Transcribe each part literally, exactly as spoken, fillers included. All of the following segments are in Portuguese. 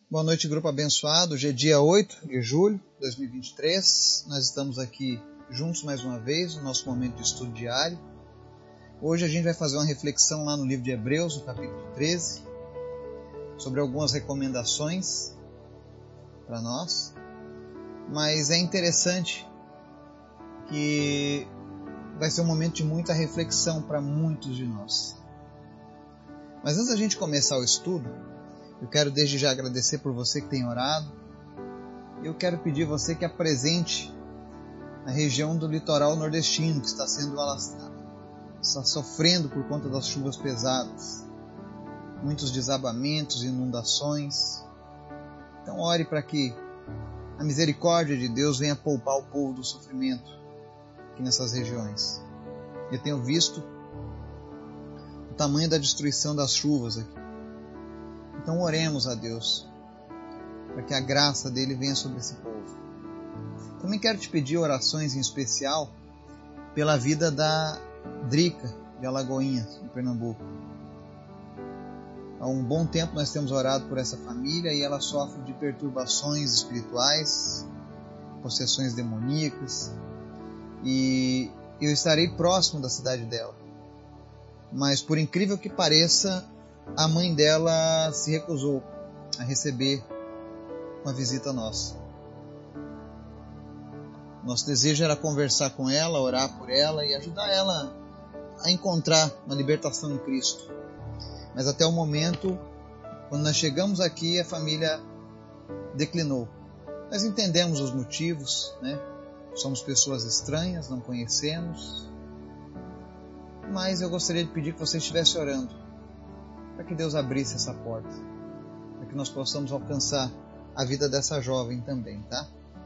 Boa noite, grupo abençoado. Hoje é dia oito de julho de dois mil e vinte e três. Nós estamos aqui juntos mais uma vez, no nosso momento de estudo diário. Hoje a gente vai fazer uma reflexão lá no livro de Hebreus, no capítulo treze, sobre algumas recomendações para nós. Mas é interessante que vai ser um momento de muita reflexão para muitos de nós. Mas antes da gente começar o estudo, eu quero desde já agradecer por você que tem orado. Eu quero pedir a você que apresente a região do litoral nordestino, que está sendo alastrada, está sofrendo por conta das chuvas pesadas, muitos desabamentos, inundações. Então ore para que a misericórdia de Deus venha poupar o povo do sofrimento aqui nessas regiões. Eu tenho visto o tamanho da destruição das chuvas aqui. Então oremos a Deus, para que a graça dele venha sobre esse povo. Também quero te pedir orações em especial pela vida da Drica, de Alagoinha, em Pernambuco. Há um bom tempo nós temos orado por essa família e ela sofre de perturbações espirituais, possessões demoníacas, e eu estarei próximo da cidade dela. Mas por incrível que pareça, a mãe dela se recusou a receber uma visita nossa. Nosso desejo era conversar com ela, orar por ela e ajudar ela a encontrar uma libertação em Cristo. Mas até o momento, quando nós chegamos aqui, a família declinou. Nós entendemos os motivos, né? Somos pessoas estranhas, não conhecemos. Mas eu gostaria de pedir que você estivesse orando para que Deus abrisse essa porta, para que nós possamos alcançar a vida dessa jovem também, tá?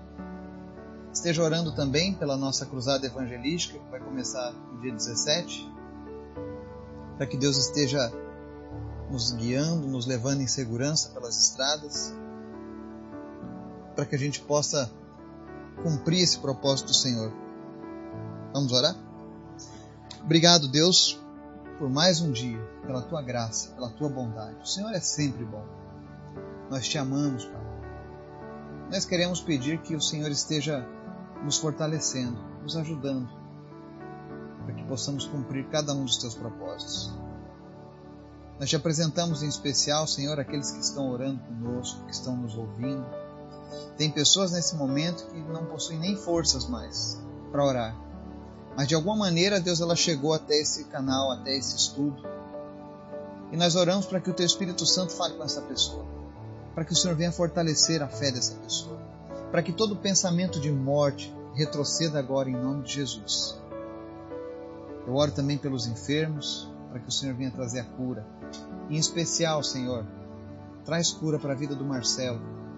Esteja orando também pela nossa cruzada evangelística, que vai começar no dia dezessete, para que Deus esteja nos guiando, nos levando em segurança pelas estradas, para que a gente possa cumprir esse propósito do Senhor. Vamos orar? Obrigado, Deus, por mais um dia, pela Tua graça, pela Tua bondade. O Senhor é sempre bom. Nós Te amamos, Pai. Nós queremos pedir que o Senhor esteja nos fortalecendo, nos ajudando, para que possamos cumprir cada um dos Teus propósitos. Nós Te apresentamos em especial, Senhor, aqueles que estão orando conosco, que estão nos ouvindo. Tem pessoas nesse momento que não possuem nem forças mais para orar. Mas de alguma maneira, Deus, ela chegou até esse canal, até esse estudo. E nós oramos para que o Teu Espírito Santo fale com essa pessoa. Para que o Senhor venha fortalecer a fé dessa pessoa. Para que todo pensamento de morte retroceda agora em nome de Jesus. Eu oro também pelos enfermos, para que o Senhor venha trazer a cura. Em especial, Senhor, traz cura para a vida do Marcelo.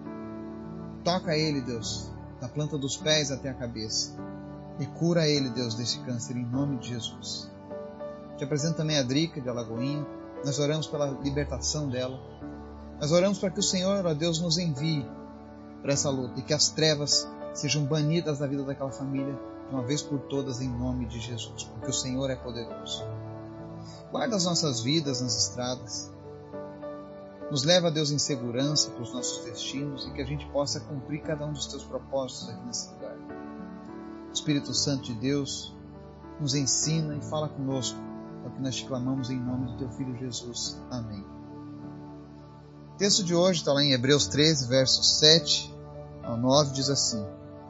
Toca ele, Deus, da planta dos pés até a cabeça. E cura ele, Deus, desse câncer, em nome de Jesus. Te apresento também a Drica, de Alagoinha. Nós oramos pela libertação dela. Nós oramos para que o Senhor, ó Deus, nos envie para essa luta. E que as trevas sejam banidas da vida daquela família, de uma vez por todas, em nome de Jesus. Porque o Senhor é poderoso. Guarda as nossas vidas nas estradas. Nos leva, Deus, em segurança para os nossos destinos. E que a gente possa cumprir cada um dos Teus propósitos aqui nesse lugar. Espírito Santo de Deus, nos ensina e fala conosco, é o que nós te clamamos em nome do Teu Filho Jesus. Amém. O texto de hoje está lá em Hebreus treze, versos sete ao nove, diz assim: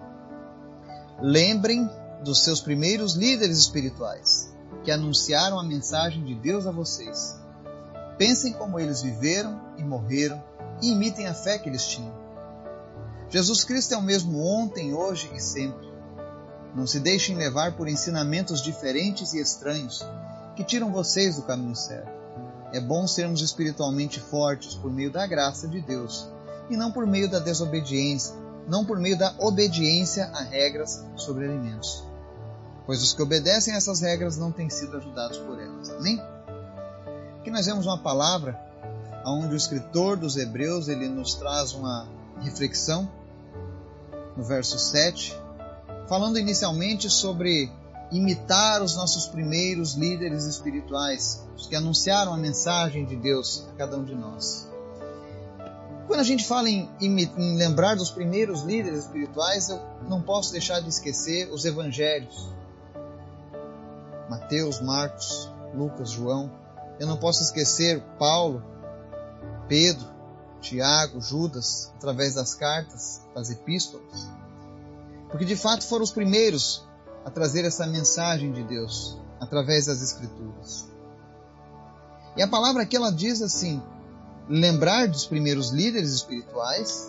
Lembrem dos seus primeiros líderes espirituais, que anunciaram a mensagem de Deus a vocês. Pensem como eles viveram e morreram e imitem a fé que eles tinham. Jesus Cristo é o mesmo ontem, hoje e sempre. Não se deixem levar por ensinamentos diferentes e estranhos que tiram vocês do caminho certo. É bom sermos espiritualmente fortes por meio da graça de Deus e não por meio da desobediência, não por meio da obediência a regras sobre alimentos. Pois os que obedecem a essas regras não têm sido ajudados por elas. Amém? Aqui nós vemos uma palavra onde o escritor dos Hebreus ele nos traz uma reflexão no verso sete, falando inicialmente sobre imitar os nossos primeiros líderes espirituais, os que anunciaram a mensagem de Deus a cada um de nós. Quando a gente fala em, em, em lembrar dos primeiros líderes espirituais, eu não posso deixar de esquecer os evangelhos. Mateus, Marcos, Lucas, João. Eu não posso esquecer Paulo, Pedro, Tiago, Judas, através das cartas, das epístolas. Porque de fato foram os primeiros a trazer essa mensagem de Deus, através das Escrituras. E a palavra aqui ela diz assim, lembrar dos primeiros líderes espirituais,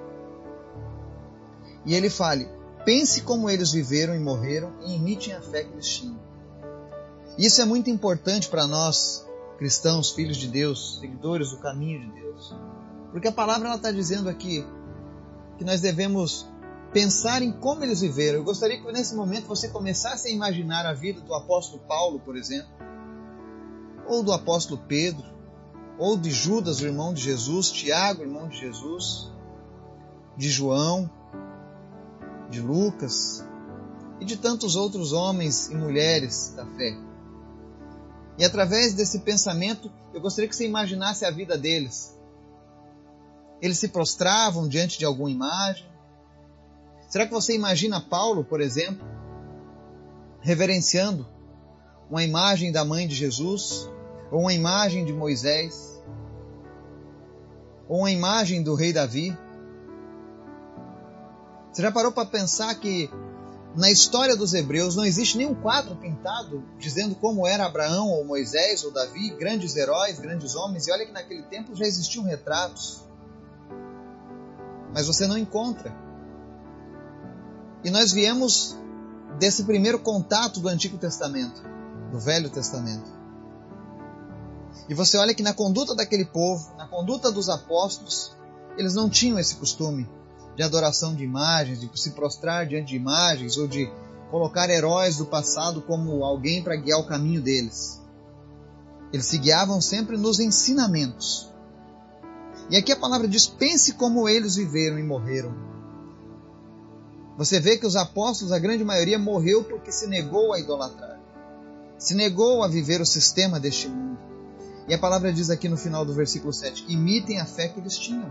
e ele fala, pense como eles viveram e morreram e imitem a fé que eles tinham. Isso é muito importante para nós, cristãos, filhos de Deus, seguidores do caminho de Deus. Porque a palavra está dizendo aqui que nós devemos pensar em como eles viveram. Eu gostaria que nesse momento você começasse a imaginar a vida do apóstolo Paulo, por exemplo, ou do apóstolo Pedro, ou de Judas, o irmão de Jesus, Tiago, irmão de Jesus, de João, de Lucas e de tantos outros homens e mulheres da fé. E através desse pensamento, eu gostaria que você imaginasse a vida deles. Eles se prostravam diante de alguma imagem? Será que você imagina Paulo, por exemplo, reverenciando uma imagem da mãe de Jesus, ou uma imagem de Moisés, ou uma imagem do rei Davi? Você já parou para pensar que na história dos hebreus não existe nenhum quadro pintado dizendo como era Abraão ou Moisés ou Davi, grandes heróis, grandes homens, e olha que naquele tempo já existiam retratos. Mas você não encontra. E nós viemos desse primeiro contato do Antigo Testamento, do Velho Testamento. E você olha que na conduta daquele povo, na conduta dos apóstolos, eles não tinham esse costume de adoração de imagens, de se prostrar diante de imagens, ou de colocar heróis do passado como alguém para guiar o caminho deles. Eles se guiavam sempre nos ensinamentos. E aqui a palavra diz, pense como eles viveram e morreram. Você vê que os apóstolos, a grande maioria, morreu porque se negou a idolatrar. Se negou a viver o sistema deste mundo. E a palavra diz aqui no final do versículo sete, imitem a fé que eles tinham.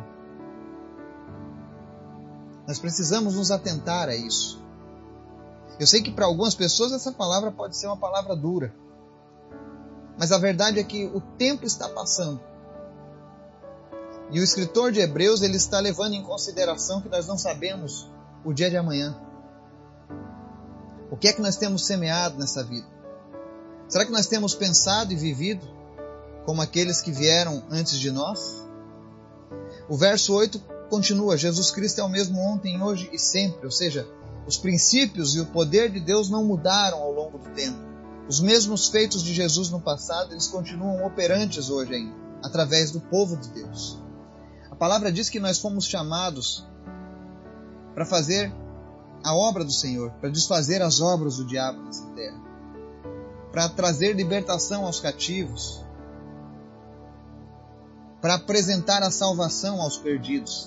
Nós precisamos nos atentar a isso. Eu sei que para algumas pessoas essa palavra pode ser uma palavra dura. Mas a verdade é que o tempo está passando. E o escritor de Hebreus ele está levando em consideração que nós não sabemos o dia de amanhã. O que é que nós temos semeado nessa vida? Será que nós temos pensado e vivido como aqueles que vieram antes de nós? O verso oito continua, Jesus Cristo é o mesmo ontem, hoje e sempre. Ou seja, os princípios e o poder de Deus não mudaram ao longo do tempo. Os mesmos feitos de Jesus no passado, eles continuam operantes hoje ainda, através do povo de Deus. A palavra diz que nós fomos chamados para fazer a obra do Senhor, para desfazer as obras do diabo nessa terra, para trazer libertação aos cativos, para apresentar a salvação aos perdidos,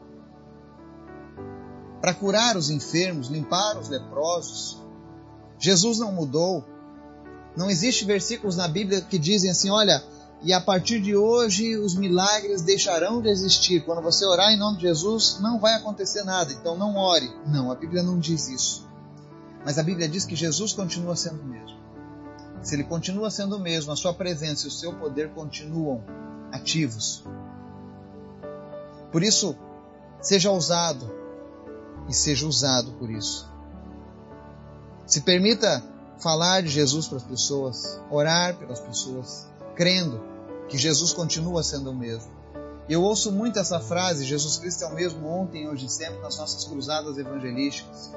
para curar os enfermos, limpar os leprosos. Jesus não mudou. Não existe versículos na Bíblia que dizem assim, olha, e a partir de hoje os milagres deixarão de existir. Quando você orar em nome de Jesus, não vai acontecer nada, então não ore. Não, a Bíblia não diz isso. Mas a Bíblia diz que Jesus continua sendo o mesmo. Se Ele continua sendo o mesmo, a sua presença e o seu poder continuam ativos. Por isso, seja ousado e seja usado por isso. Se permita falar de Jesus para as pessoas, orar pelas pessoas, crendo que Jesus continua sendo o mesmo. Eu ouço muito essa frase, Jesus Cristo é o mesmo ontem, hoje e sempre, nas nossas cruzadas evangelísticas.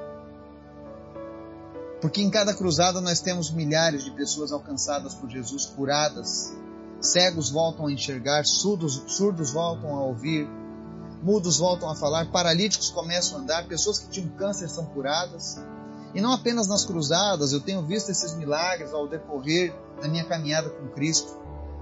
Porque em cada cruzada nós temos milhares de pessoas alcançadas por Jesus, curadas. Cegos voltam a enxergar, surdos, surdos voltam a ouvir, mudos voltam a falar, paralíticos começam a andar, pessoas que tinham câncer são curadas. E não apenas nas cruzadas, eu tenho visto esses milagres ao decorrer da minha caminhada com Cristo.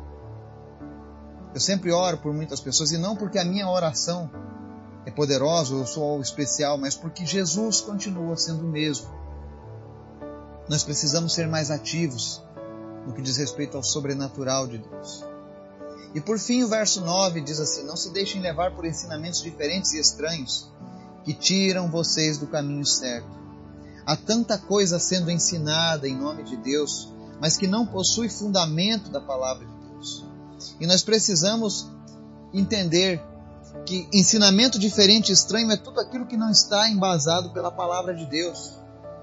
Eu sempre oro por muitas pessoas, e não porque a minha oração é poderosa, ou eu sou algo especial, mas porque Jesus continua sendo o mesmo. Nós precisamos ser mais ativos no que diz respeito ao sobrenatural de Deus. E por fim o verso nove diz assim: não se deixem levar por ensinamentos diferentes e estranhos que tiram vocês do caminho certo. Há tanta coisa sendo ensinada em nome de Deus, mas que não possui fundamento da palavra de Deus. E nós precisamos entender que ensinamento diferente e estranho é tudo aquilo que não está embasado pela palavra de Deus.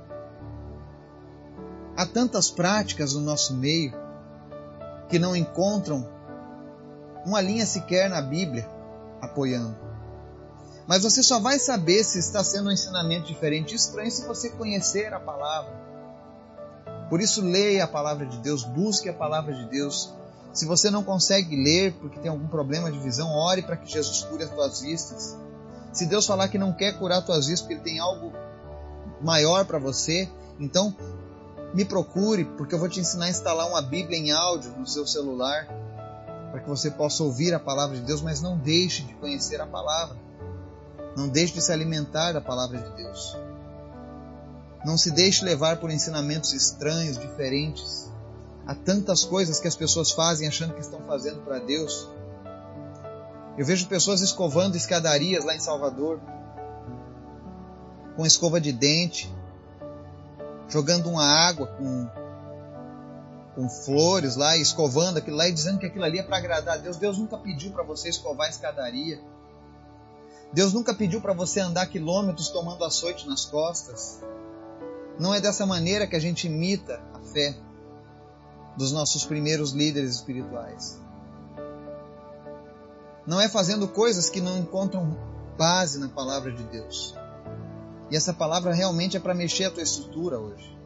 Há tantas práticas no nosso meio que não encontram uma linha sequer na Bíblia apoiando. Mas você só vai saber se está sendo um ensinamento diferente e estranho se você conhecer a palavra. Por isso, leia a palavra de Deus, busque a palavra de Deus. Se você não consegue ler porque tem algum problema de visão, ore para que Jesus cure as tuas vistas. Se Deus falar que não quer curar as tuas vistas porque Ele tem algo maior para você, então me procure, porque eu vou te ensinar a instalar uma Bíblia em áudio no seu celular, para que você possa ouvir a palavra de Deus, mas não deixe de conhecer a palavra. Não deixe de se alimentar da palavra de Deus. Não se deixe levar por ensinamentos estranhos, diferentes. Há tantas coisas que as pessoas fazem achando que estão fazendo para Deus. Eu vejo pessoas escovando escadarias lá em Salvador, com escova de dente, jogando uma água com, com flores lá, e escovando aquilo lá e dizendo que aquilo ali é para agradar a Deus. Deus nunca pediu para você escovar a escadaria. Deus nunca pediu para você andar quilômetros tomando açoite nas costas. Não é dessa maneira que a gente imita a fé dos nossos primeiros líderes espirituais. Não é fazendo coisas que não encontram base na palavra de Deus. E essa palavra realmente é para mexer a tua estrutura hoje.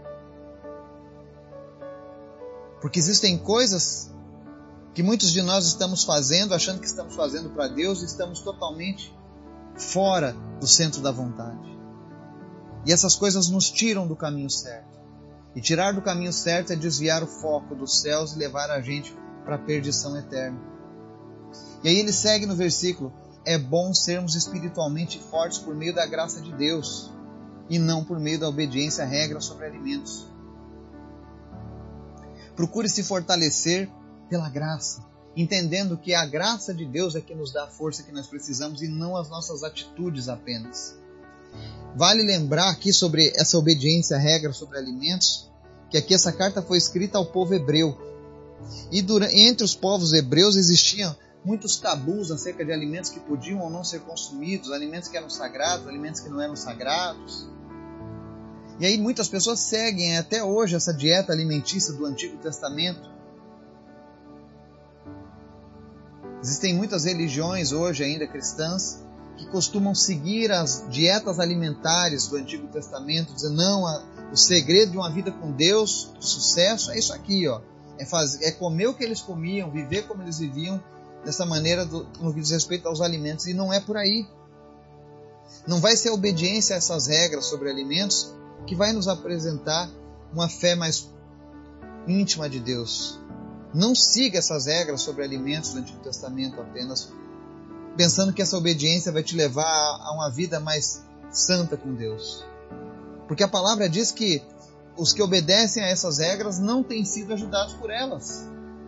Porque existem coisas que muitos de nós estamos fazendo, achando que estamos fazendo para Deus, e estamos totalmente fora do centro da vontade. E essas coisas nos tiram do caminho certo. E tirar do caminho certo é desviar o foco dos céus e levar a gente para a perdição eterna. E aí ele segue no versículo: é bom sermos espiritualmente fortes por meio da graça de Deus, e não por meio da obediência à regra sobre alimentos. Procure se fortalecer pela graça, entendendo que a graça de Deus é que nos dá a força que nós precisamos e não as nossas atitudes apenas. Vale lembrar aqui sobre essa obediência à regra sobre alimentos, que aqui essa carta foi escrita ao povo hebreu. E durante, entre os povos hebreus existiam muitos tabus acerca de alimentos que podiam ou não ser consumidos, alimentos que eram sagrados, alimentos que não eram sagrados. E aí muitas pessoas seguem até hoje essa dieta alimentícia do Antigo Testamento. Existem muitas religiões hoje ainda cristãs que costumam seguir as dietas alimentares do Antigo Testamento, dizendo, não, a, o segredo de uma vida com Deus, de sucesso, é isso aqui, ó, é, fazer, é comer o que eles comiam, viver como eles viviam, dessa maneira do, no que diz respeito aos alimentos, e não é por aí. Não vai ser a obediência a essas regras sobre alimentos que vai nos apresentar uma fé mais íntima de Deus. Não siga essas regras sobre alimentos do Antigo Testamento apenas, pensando que essa obediência vai te levar a uma vida mais santa com Deus. Porque a palavra diz que os que obedecem a essas regras não têm sido ajudados por elas.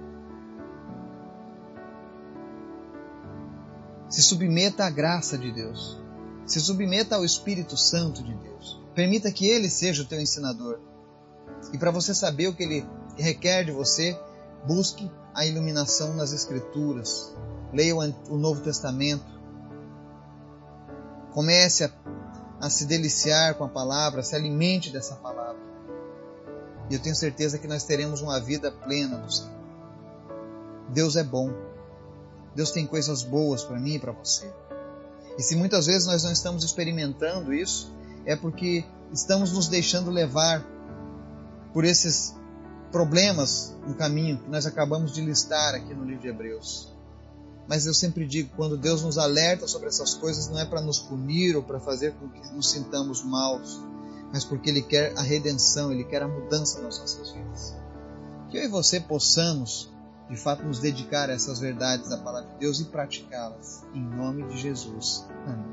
Se submeta à graça de Deus. Se submeta ao Espírito Santo de Deus. Permita que Ele seja o teu ensinador. E para você saber o que Ele requer de você, busque a iluminação nas Escrituras. Leia o Novo Testamento. Comece a, a se deliciar com a palavra, se alimente dessa palavra. E eu tenho certeza que nós teremos uma vida plena do Senhor. Deus é bom. Deus tem coisas boas para mim e para você. E se muitas vezes nós não estamos experimentando isso, é porque estamos nos deixando levar por esses problemas no caminho que nós acabamos de listar aqui no livro de Hebreus. Mas eu sempre digo, quando Deus nos alerta sobre essas coisas, não é para nos punir ou para fazer com que nos sintamos maus, mas porque Ele quer a redenção, Ele quer a mudança nas nossas vidas. Que eu e você possamos, de fato, nos dedicar a essas verdades da palavra de Deus e praticá-las. Em nome de Jesus. Amém.